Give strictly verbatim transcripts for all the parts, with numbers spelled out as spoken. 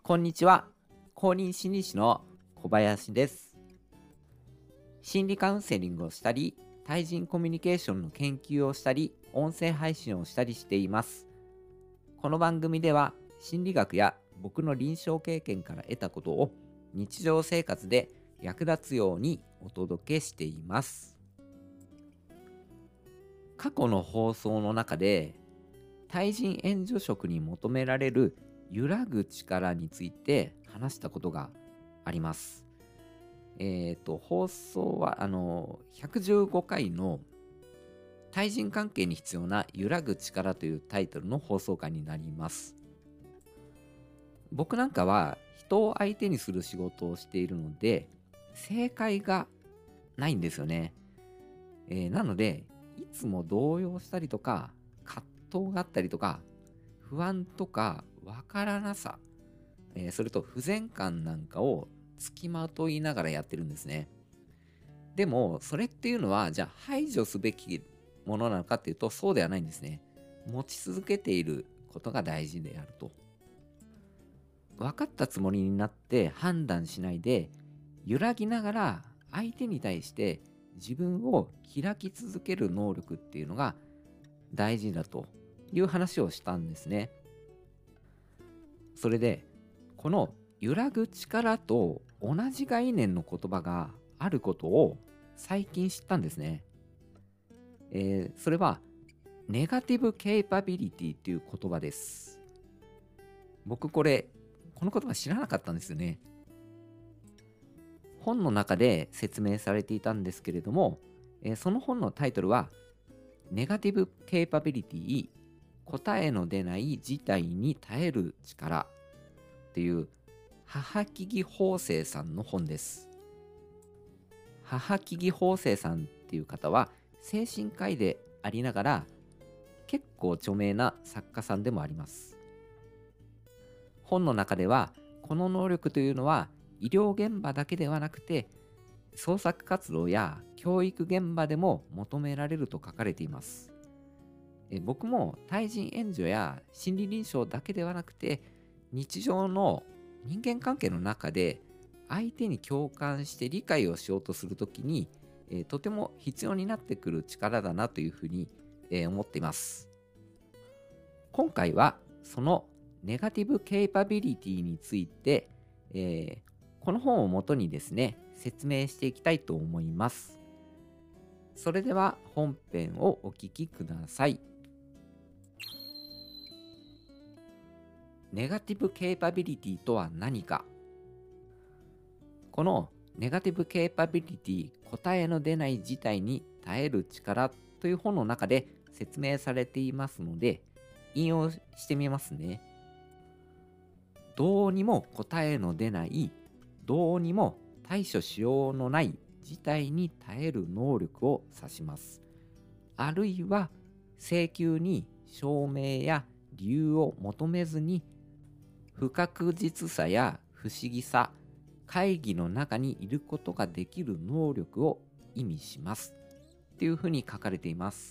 こんにちは。公認心理師の小林です。心理カウンセリングをしたり、対人コミュニケーションの研究をしたり、音声配信をしたりしています。この番組では、心理学や僕の臨床経験から得たことを日常生活で役立つようにお届けしています。過去の放送の中で、対人援助職に求められる揺らぐ力について話したことがあります。えっ、と、放送はあのひゃくじゅうごかいの対人関係に必要な揺らぐ力というタイトルの放送回になります。僕なんかは人を相手にする仕事をしているので、正解がないんですよね。えーなので、いつも動揺したりとか、葛藤があったりとか、不安とかわからなさ、えーそれと不全感なんかをつきまといながらやってるんですね。でも、それっていうのは、じゃあ排除すべきものなのかっていうと、そうではないんですね。持ち続けていることが大事であると。分かったつもりになって判断しないで、揺らぎながら相手に対して自分を開き続ける能力っていうのが大事だという話をしたんですね。それで、この揺らぐ力と同じ概念の言葉があることを最近知ったんですね。えーそれはネガティブケイパビリティっていう言葉です。僕これ、この言葉知らなかったんですよね。本の中で説明されていたんですけれども、えーその本のタイトルはネガティブケイパビリティ、答えの出ない事態に耐える力っていう母木木法生さんの本です。母木木法生さんっていう方は精神科医でありながら結構著名な作家さんでもあります。本の中ではこの能力というのは医療現場だけではなくて創作活動や教育現場でも求められると書かれています。え僕も対人援助や心理臨床だけではなくて日常の人間関係の中で相手に共感して理解をしようとするときに、えーとても必要になってくる力だなというふうに、えー思っています。今回はそのネガティブケイパビリティについて、えーこの本をもとにですね、説明していきたいと思います。それでは本編をお聞きください。ネガティブケイパビリティとは何か。このネガティブケイパビリティ、答えの出ない事態に耐える力という本の中で説明されていますので、引用してみますね。どうにも答えの出ない、どうにも対処しようのない事態に耐える能力を指します。あるいは、請求に証明や理由を求めずに、不確実さや不思議さ、会議の中にいることができる能力を意味しますっていうふうに書かれています。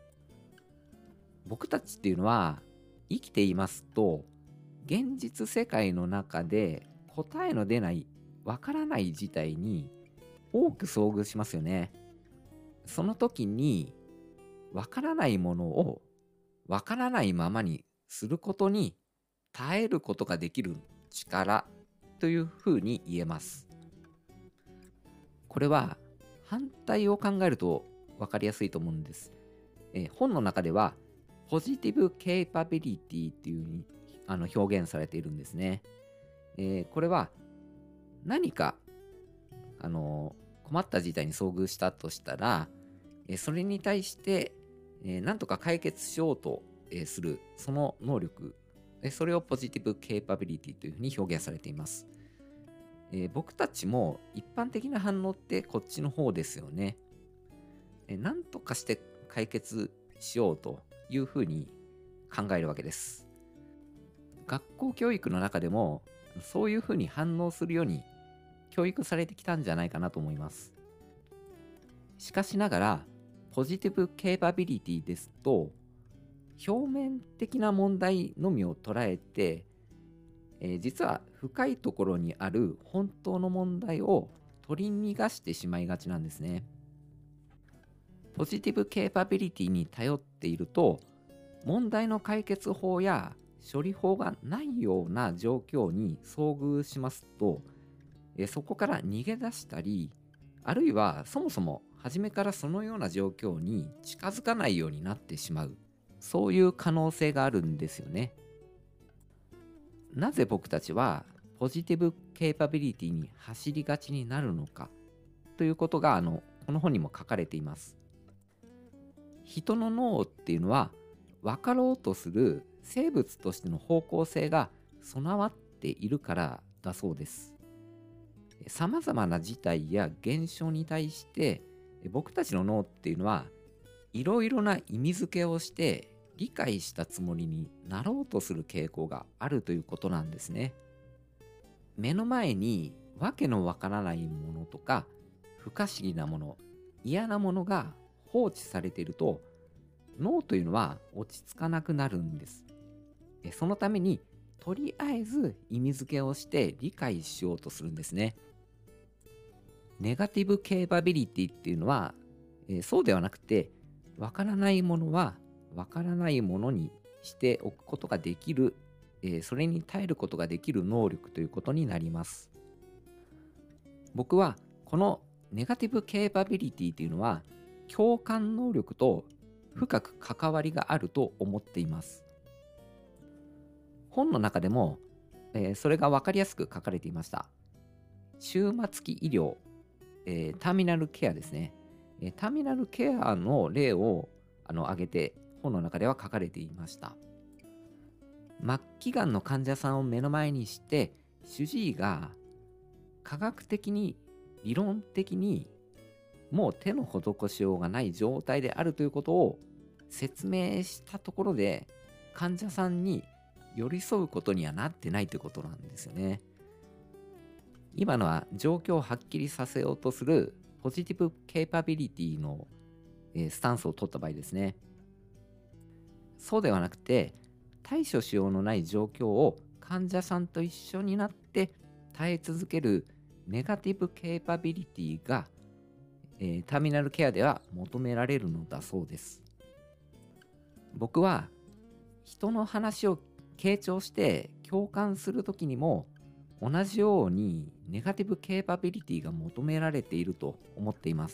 僕たちっていうのは生きていますと現実世界の中で答えの出ないわからない事態に多く遭遇しますよね。その時にわからないものをわからないままにすることに耐えることができる力というふうに言えます。これは反対を考えると分かりやすいと思うんです。えー本の中ではポジティブケイパビリティっていうふうにあの表現されているんですね。えーこれは何かあの困った事態に遭遇したとしたら、えーそれに対して、えーなんとか解決しようと、えーするその能力、えーそれをポジティブケイパビリティというふうに表現されています。えー僕たちも一般的な反応ってこっちの方ですよね。えーなんとかして解決しようというふうに考えるわけです。学校教育の中でもそういうふうに反応するように教育されてきたんじゃないかなと思います。しかしながらポジティブケイパビリティですと表面的な問題のみを捉えて、えー実は深いところにある本当の問題を取り逃がしてしまいがちなんですね。ポジティブケーパビリティに頼っていると、問題の解決法や処理法がないような状況に遭遇しますと、えそこから逃げ出したり、あるいはそもそも初めからそのような状況に近づかないようになってしまう、そういう可能性があるんですよね。なぜ僕たちはポジティブケーパビリティに走りがちになるのかということが、あのこの本にも書かれています。人の脳っていうのは、分かろうとする生物としての方向性が備わっているからだそうです。さまざまな事態や現象に対して僕たちの脳っていうのはいろいろな意味付けをして理解したつもりになろうとする傾向があるということなんですね。目の前にわけのわからないものとか不可思議なもの、嫌なものが放置されていると、脳というのは落ち着かなくなるんです。えそのためにとりあえず意味付けをして理解しようとするんですね。ネガティブケーパビリティっていうのは、えーそうではなくて、わからないものはわからないものにしておくことができる、えーそれに耐えることができる能力ということになります。僕はこのネガティブケーパビリティというのは共感能力と深く関わりがあると思っています。本の中でも、えーそれが分かりやすく書かれていました。終末期医療、えーターミナルケアですね。えーターミナルケアの例をあの挙げて本の中では書かれていました。末期がんの患者さんを目の前にして、主治医が科学的に理論的にもう手の施しようがない状態であるということを説明したところで、患者さんに寄り添うことにはなってないということなんですよね。今のは状況をはっきりさせようとするポジティブケーパビリティの、えースタンスを取った場合ですね。そうではなくて、対処しようのない状況を患者さんと一緒になって耐え続けるネガティブケーパビリティが、えーターミナルケアでは求められるのだそうです。僕は人の話を傾聴して共感するときにも同じようにネガティブケーパビリティが求められていると思っています。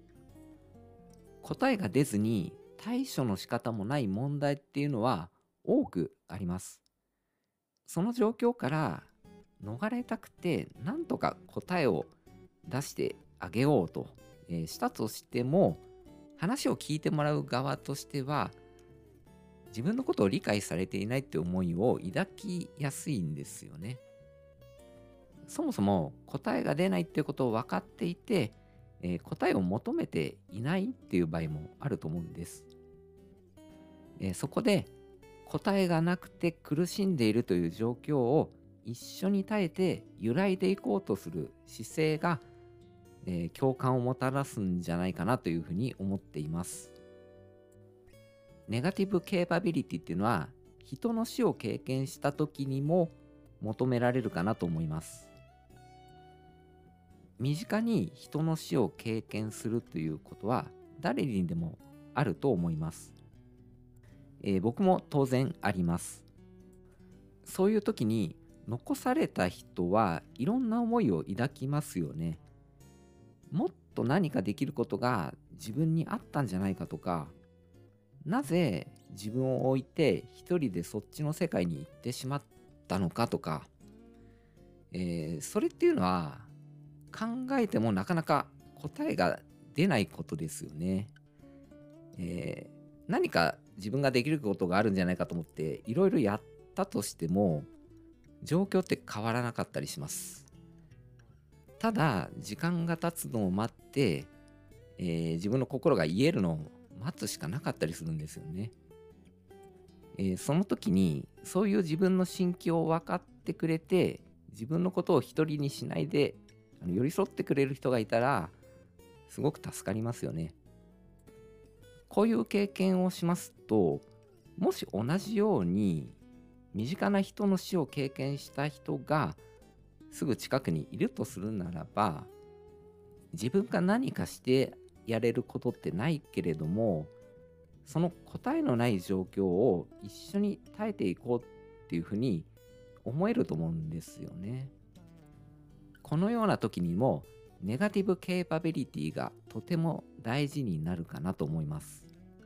答えが出ずに対処の仕方もない問題っていうのは多くあります。その状況から逃れたくて何とか答えを出してあげようと、えーしたとしても、話を聞いてもらう側としては自分のことを理解されていないって思いを抱きやすいんですよね。そもそも答えが出ないっていうことを分かっていて、えー答えを求めていないっていう場合もあると思うんです。えーそこで答えがなくて苦しんでいるという状況を一緒に耐えて揺らいでいこうとする姿勢が、えー共感をもたらすんじゃないかなというふうに思っています。ネガティブケーパビリティっていうのは人の死を経験した時にも求められるかなと思います。身近に人の死を経験するということは誰にでもあると思います。えー僕も当然あります。そういう時に残された人はいろんな思いを抱きますよね。もっと何かできることが自分にあったんじゃないかとか、なぜ自分を置いて一人でそっちの世界に行ってしまったのかとか、えーそれっていうのは考えてもなかなか答えが出ないことですよね。えー何か自分ができることがあるんじゃないかと思っていろいろやったとしても状況って変わらなかったりします。ただ時間が経つのを待って、えー自分の心が癒えるのを待つしかなかったりするんですよね。えーその時にそういう自分の心境を分かってくれて自分のことを一人にしないであの寄り添ってくれる人がいたらすごく助かりますよね。こういう経験をしますと、もし同じように身近な人の死を経験した人がすぐ近くにいるとするならば、自分が何かしてやれることってないけれども、その答えのない状況を一緒に耐えていこうっていうふうに思えると思うんですよね。このような時にもネガティブケーパビリティがとても大事になるかなと思います。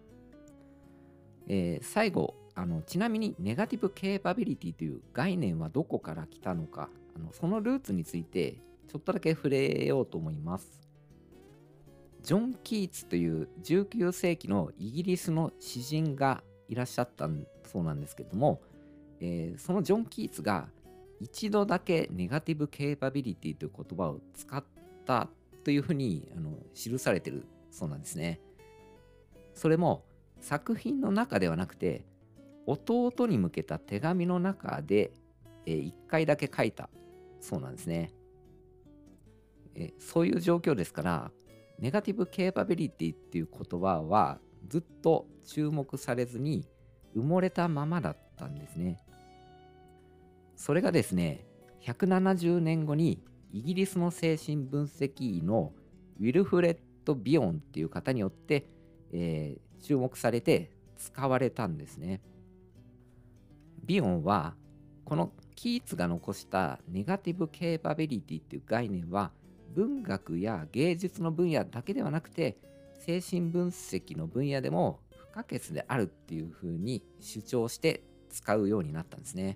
えー最後あの、ちなみにネガティブケーパビリティという概念はどこから来たのか、あのそのルーツについてちょっとだけ触れようと思います。ジョン・キーツというじゅうきゅう世紀のイギリスの詩人がいらっしゃったそうなんですけども、えーそのジョン・キーツが一度だけネガティブケーパビリティという言葉を使ったというふうにあの記されているそうなんですね。それも作品の中ではなくて、弟に向けた手紙の中で、えー、いっかいだけ書いたそうなんですね。えーそういう状況ですから、ネガティブケーパビリティっていう言葉はずっと注目されずに埋もれたままだったんですね。それがですね、ひゃくななじゅうねんごにイギリスの精神分析医のウィルフレッド・ビヨンっていう方によって、えー注目されて使われたんですね。ビヨンはこのキーツが残したネガティブケーパビリティっていう概念は文学や芸術の分野だけではなくて、精神分析の分野でも不可欠であるっていうふうに主張して使うようになったんですね。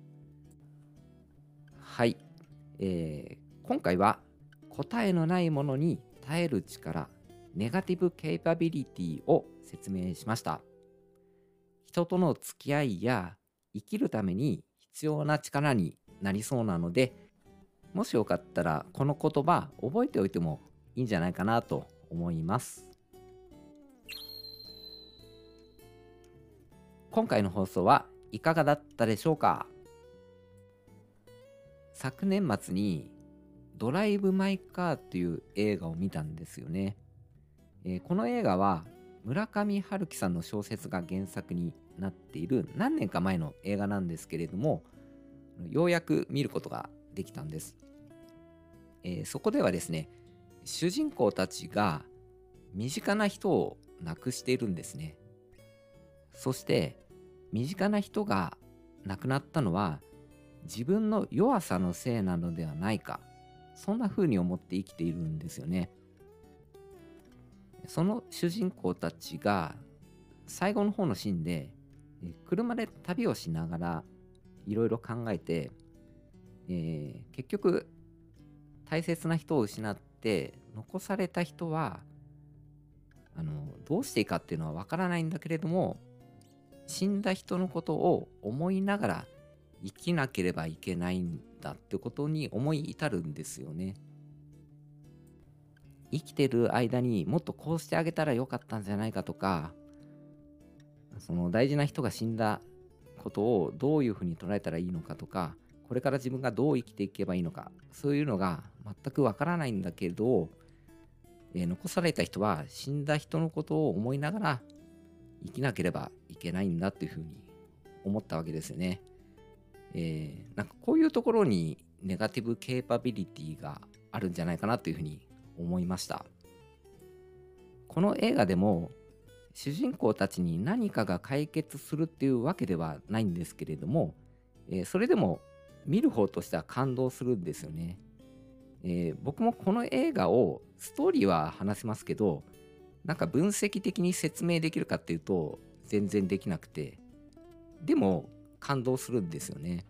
はい、えー今回は答えのないものに耐える力、ネガティブケーパビリティを説明しました。人との付き合いや生きるために必要な力になりそうなので、もしよかったらこの言葉覚えておいてもいいんじゃないかなと思います。今回の放送はいかがだったでしょうか。昨年末にドライブ・マイ・カーという映画を見たんですよね。えーこの映画は村上春樹さんの小説が原作になっている何年か前の映画なんですけれども、ようやく見ることができたんです。えーそこではですね、主人公たちが身近な人を亡くしているんですね。そして身近な人が亡くなったのは自分の弱さのせいなのではないか、そんな風に思って生きているんですよね。その主人公たちが最後の方のシーンでえー車で旅をしながらいろいろ考えて、えー結局大切な人を失って残された人はあのどうしていいかっていうのはわからないんだけれども、死んだ人のことを思いながら生きなければいけないんだってことに思い至るんですよね。生きてる間にもっとこうしてあげたらよかったんじゃないかとか、その大事な人が死んだことをどういうふうに捉えたらいいのかとか、これから自分がどう生きていけばいいのか、そういうのが全くわからないんだけど、えー残された人は死んだ人のことを思いながら生きなければいけないんだっていうふうに思ったわけですよね。えーなんかこういうところにネガティブケーパビリティがあるんじゃないかなというふうに思いました。この映画でも主人公たちに何かが解決するっていうわけではないんですけれども、えーそれでも見る方としては感動するんですよね。えー僕もこの映画をストーリーは話せますけど、なんか分析的に説明できるかっていうと全然できなくて、でも感動するんですよね。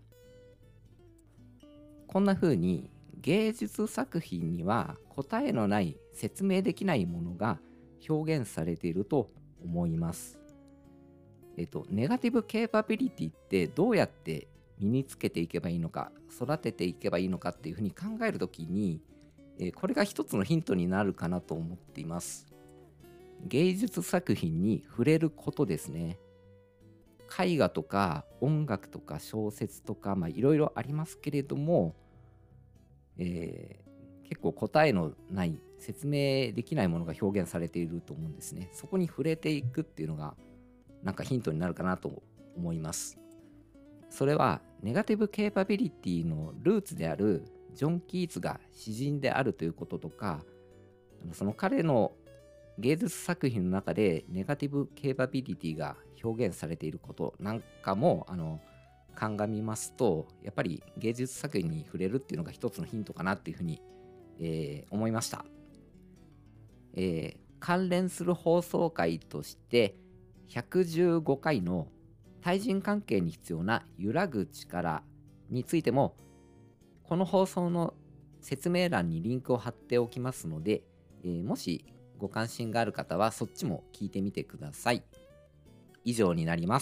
こんな風に芸術作品には答えのない説明できないものが表現されていると思います。えっと、ネガティブケーパビリティってどうやって身につけていけばいいのか、育てていけばいいのかっていうふうに考えるときに、えーこれが一つのヒントになるかなと思っています。芸術作品に触れることですね。絵画とか音楽とか小説とか、まあいろいろありますけれども、えー結構答えのない説明できないものが表現されていると思うんですね。そこに触れていくっていうのがなんかヒントになるかなと思います。 それはネガティブケーパビリティのルーツであるジョン・キーツが詩人であるということとか、その彼の芸術作品の中でネガティブケーパビリティが表現されていることなんかもあの鑑みますと、やっぱり芸術作品に触れるっていうのが一つのヒントかなっていうふうに、えー思いました。えー関連する放送回としてひゃくじゅうごかいの対人関係に必要な揺らぐ力についても、この放送の説明欄にリンクを貼っておきますので、えーもしご関心がある方はそっちも聞いてみてください。以上になります。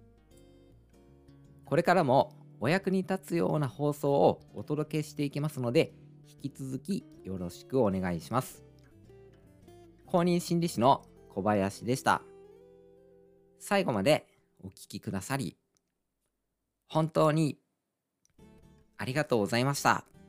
これからもお役に立つような放送をお届けしていきますので、引き続きよろしくお願いします。公認心理師の小林でした。最後までお聞きくださり、本当にありがとうございました。